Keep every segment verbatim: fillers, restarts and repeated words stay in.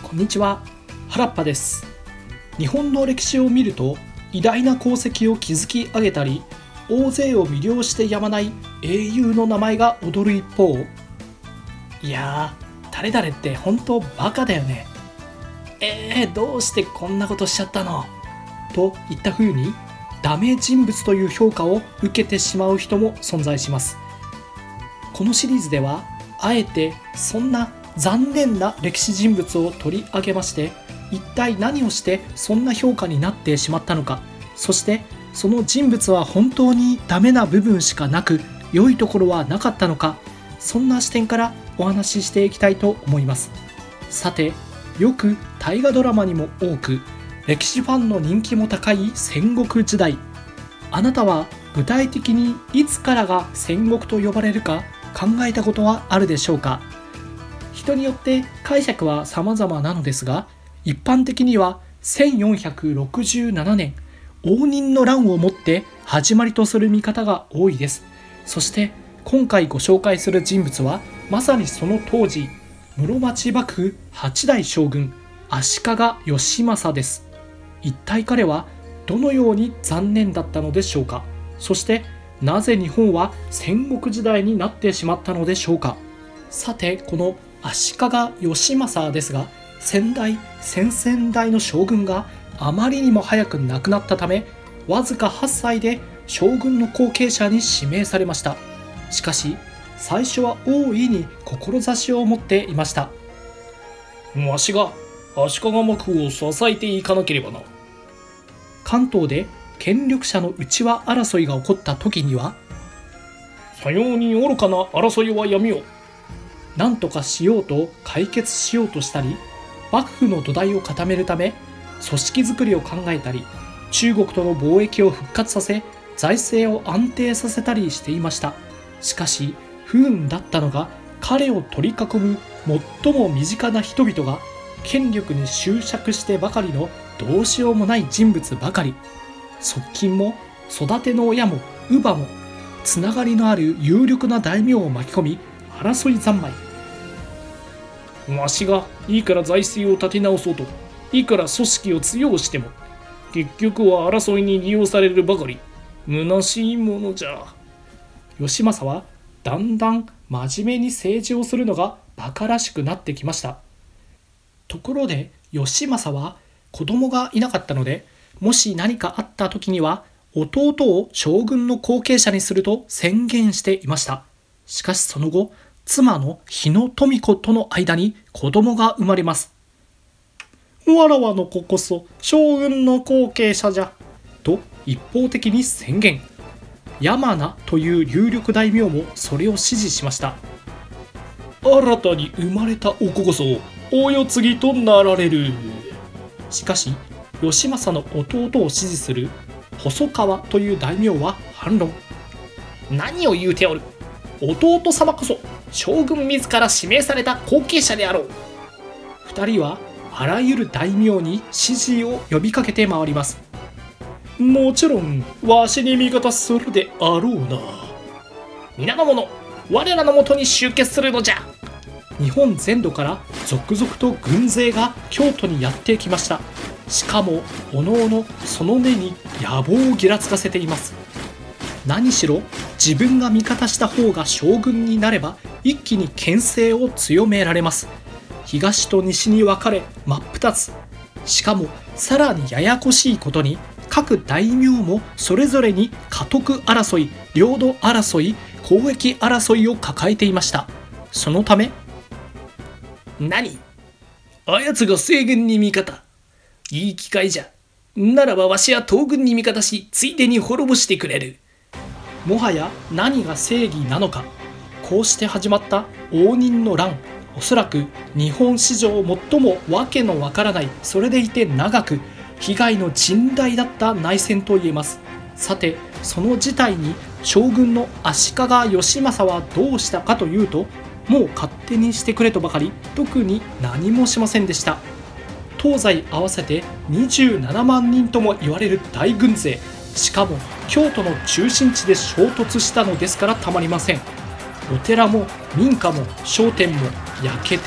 こんにちは、原っぱです。日本の歴史を見ると、偉大な功績を築き上げたり、大勢を魅了してやまない英雄の名前が躍る一方、いやー、誰々って本当バカだよね。えー、どうしてこんなことしちゃったのといった風に、ダメ人物という評価を受けてしまう人も存在します。このシリーズでは、あえてそんな残念な歴史人物を取り上げまして、一体何をしてそんな評価になってしまったのか、そしてその人物は本当にダメな部分しかなく、良いところはなかったのか、そんな視点からお話ししていきたいと思います。さて、よく大河ドラマにも多く、歴史ファンの人気も高い戦国時代。あなたは具体的にいつからが戦国と呼ばれるか考えたことはあるでしょうか。人によって解釈は様々なのですが、一般的にはせんよんひゃくろくじゅうななねん、応仁の乱をもって始まりとする見方が多いです。そして今回ご紹介する人物は、まさにその当時、室町幕府はちだい将軍、足利義政です。一体彼はどのように残念だったのでしょうか。そしてなぜ日本は戦国時代になってしまったのでしょうか。さて、この足利義政ですが、先代先々代の将軍があまりにも早く亡くなったため、わずかはっさいで将軍の後継者に指名されました。しかし最初は大いに志を持っていました。 わしが足利幕府を支えていかなければな。 関東で権力者の内輪争いが起こった時には、 さように愚かな争いはやめよう。 何とかしようと解決しようとしたり、幕府の土台を固めるため組織づくりを考えたり、中国との貿易を復活させ財政を安定させたりしていました。しかし不運だったのが、彼を取り囲む最も身近な人々が権力に執着してばかりのどうしようもない人物ばかり。側近も育ての親も乳母もつながりのある有力な大名を巻き込み、争い三昧。 わしがいいから財政を立て直そうと、いいから組織を強くしても、結局は争いに利用されるばかり。虚しいものじゃ。 義政はだんだん真面目に政治をするのが馬鹿らしくなってきました。ところで義政は子供がいなかったので、もし何かあった時には弟を将軍の後継者にすると宣言していました。しかしその後、妻の日野富子との間に子供が生まれます。わらわの子こそ将軍の後継者じゃと一方的に宣言。山名という有力大名もそれを支持しました。 新たに生まれたお子こそお世継ぎとなられる。 しかし義政の弟を支持する細川という大名は反論。 何を言うておる。弟様こそ将軍自ら指名された後継者であろう。 二人はあらゆる大名に支持を呼びかけて回ります。 もちろんわしに味方するであろうな。皆の者、我らのもとに集結するのじゃ。 日本全土から続々と軍勢が京都にやってきました。しかもおのおのその目に野望をぎらつかせています。何しろ自分が味方した方が将軍になれば一気に牽制を強められます。東と西に分かれ真っ二つ。しかもさらにややこしいことに、各大名もそれぞれに家督争い、領土争い、交易争いを抱えていました。そのため、 何？あやつが西軍に味方。いい機会じゃ。ならばわしは東軍に味方し、ついでに滅ぼしてくれる。 もはや何が正義なのか。こうして始まった応仁の乱。おそらく日本史上最もわけのわからない、それでいて長く、被害の甚大だった内戦と言えます。さて、その事態に将軍の足利義政はどうしたかというと、もう勝手にしてくれとばかり、特に何もしませんでした。東西合わせてにじゅうななまんにんとも言われる大軍勢、しかも京都の中心地で衝突したのですからたまりません。お寺も民家も商店も焼けて、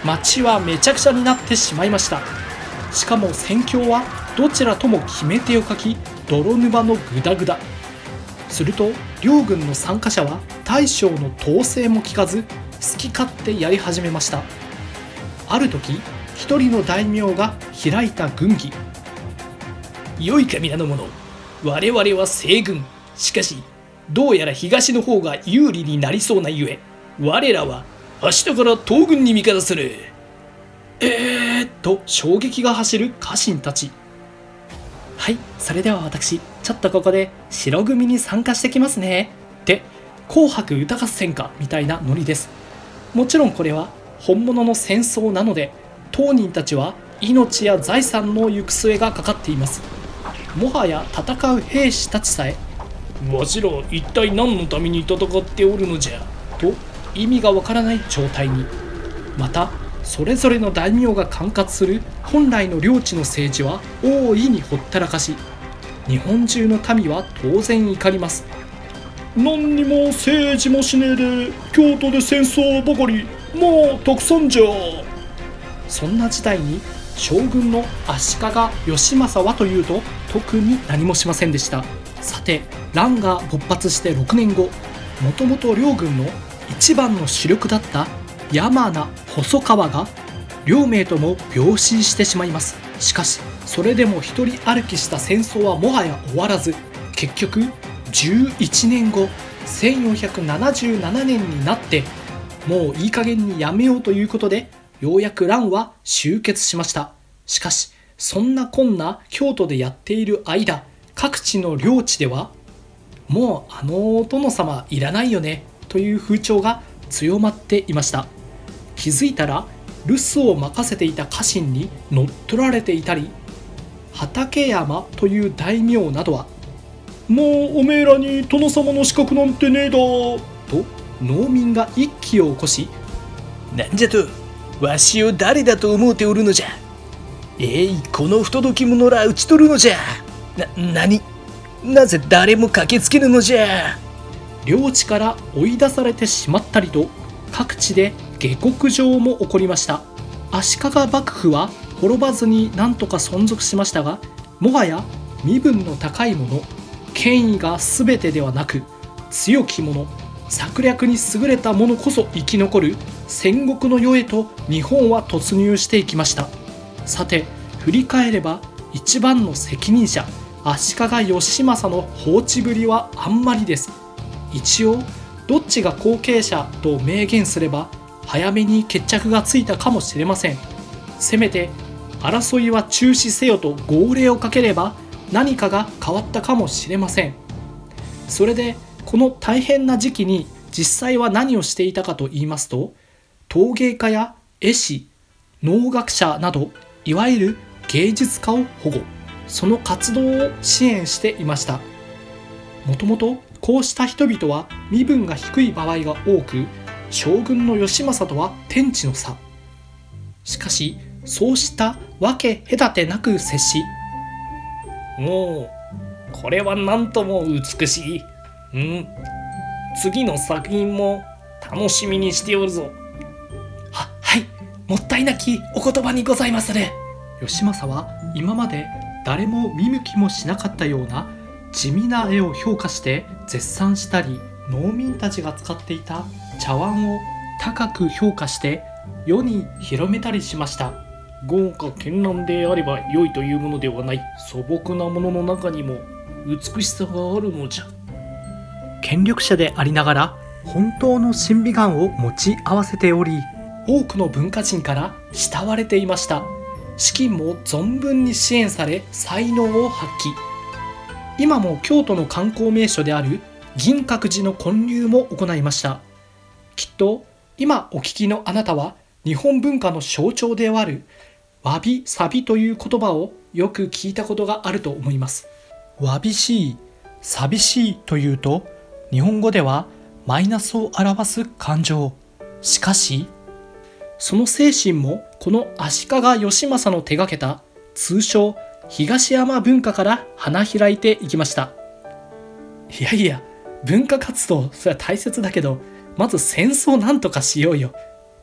町はめちゃくちゃになってしまいました。しかも戦況はどちらとも決め手を欠き、泥沼のグダグダ。すると両軍の参加者は大将の統制も聞かず、好き勝手やり始めました。ある時、一人の大名が開いた軍議。 良いか皆の者、我々は西軍。しかしどうやら東の方が有利になりそうなゆえ、我らは明日から東軍に味方する。 えーっと衝撃が走る家臣たち。はい、それでは私ちょっとここで白組に参加してきますねって紅白歌合戦かみたいなノリです。もちろんこれは本物の戦争なので、当人たちは命や財産の行く末がかかっています。もはや戦う兵士たちさえ、 わしら一体何のために戦っておるのじゃと意味がわからない状態に。またそれぞれの大名が管轄する本来の領地の政治は大いにほったらかし、日本中の民は当然怒ります。 何にも政治もしねえで京都で戦争ばかり、まあたくさんじゃ。 そんな時代に将軍の足利義政はというと特に何もしませんでした。さて乱が勃発してろくねんご、もともと両軍の一番の主力だった山名細川が両名とも病死してしまいます。しかしそれでも一人歩きした戦争はもはや終わらず、結局じゅういちねんご、せんよんひゃくななじゅうななねんになってもういい加減にやめようということで、ようやく乱は終結しました。しかしそんなこんな京都でやっている間、各地の領地ではもうあのお殿様いらないよねという風潮が強まっていました。気づいたら留守を任せていた家臣に乗っ取られていたり、畠山という大名などはもうおめえらに殿様の資格なんてねえだと農民が一揆を起こし、 なんじゃとわしを誰だと思うておるのじゃ。えい、この不届き者ら討ち取るのじゃ。な、なになぜ誰も駆けつけぬのじゃ。 領地から追い出されてしまったりと、各地で下克上も起こりました。足利幕府は滅ばずになんとか存続しましたが、もはや身分の高い者、権威が全てではなく、強き者、策略に優れた者こそ生き残る戦国の世へと日本は突入していきました。さて振り返れば、一番の責任者足利義政の放置ぶりはあんまりです。一応どっちが後継者と明言すれば早めに決着がついたかもしれません。せめて争いは中止せよと号令をかければ何かが変わったかもしれません。それでこの大変な時期に実際は何をしていたかと言いますと、陶芸家や絵師、農学者などいわゆる芸術家を保護、その活動を支援していました。もともとこうした人々は身分が低い場合が多く、将軍の義政とは天地の差。しかしそうした分け隔てなく接し、 もうこれはなんとも美しい。うん、次の作品も楽しみにしておるぞ。 は、はい、もったいなきお言葉にございまする。義政は今まで誰も見向きもしなかったような地味な絵を評価して絶賛したり、農民たちが使っていた茶碗を高く評価して世に広めたりしました。 豪華絢爛であれば良いというものではない。素朴なものの中にも美しさがあるのじゃ。 権力者でありながら本当の審美眼を持ち合わせており、多くの文化人から慕われていました。資金も存分に支援され才能を発揮。今も京都の観光名所である銀閣寺の建立も行いました。きっと今お聞きのあなたは日本文化の象徴であるわびさびという言葉をよく聞いたことがあると思います。わびしい、寂しいというと日本語ではマイナスを表す感情。しかしその精神もこの足利義政の手がけた通称東山文化から花開いていきました。いやいや、文化活動それは大切だけど、まず戦争なんとかしようよ。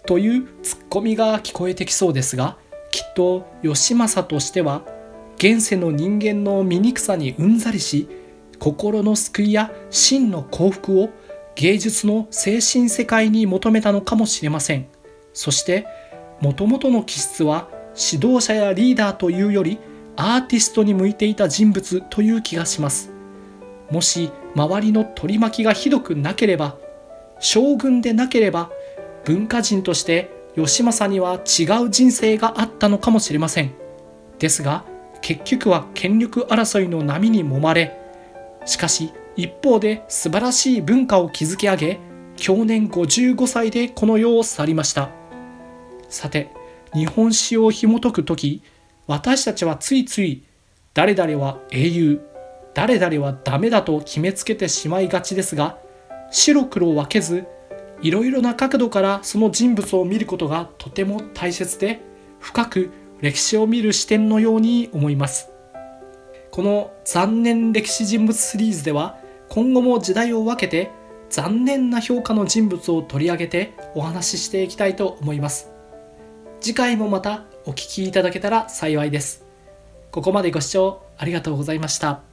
というツッコミが聞こえてきそうですが、きっと義政としては現世の人間の醜さにうんざりし、心の救いや真の幸福を芸術の精神世界に求めたのかもしれません。そしてもともとの気質は指導者やリーダーというよりアーティストに向いていた人物という気がします。もし周りの取り巻きがひどくなければ、将軍でなければ、文化人として義政には違う人生があったのかもしれません。ですが結局は権力争いの波に揉まれ、しかし一方で素晴らしい文化を築き上げ、享年ごじゅうごさいでこの世を去りました。さて、日本史を紐解くとき、私たちはついつい誰々は英雄、誰々はダメだと決めつけてしまいがちですが、白黒分けずいろいろな角度からその人物を見ることがとても大切で、深く歴史を見る視点のように思います。この残念歴史人物シリーズでは、今後も時代を分けて残念な評価の人物を取り上げてお話ししていきたいと思います。次回もまたお聞きいただけたら幸いです。ここまでご視聴ありがとうございました。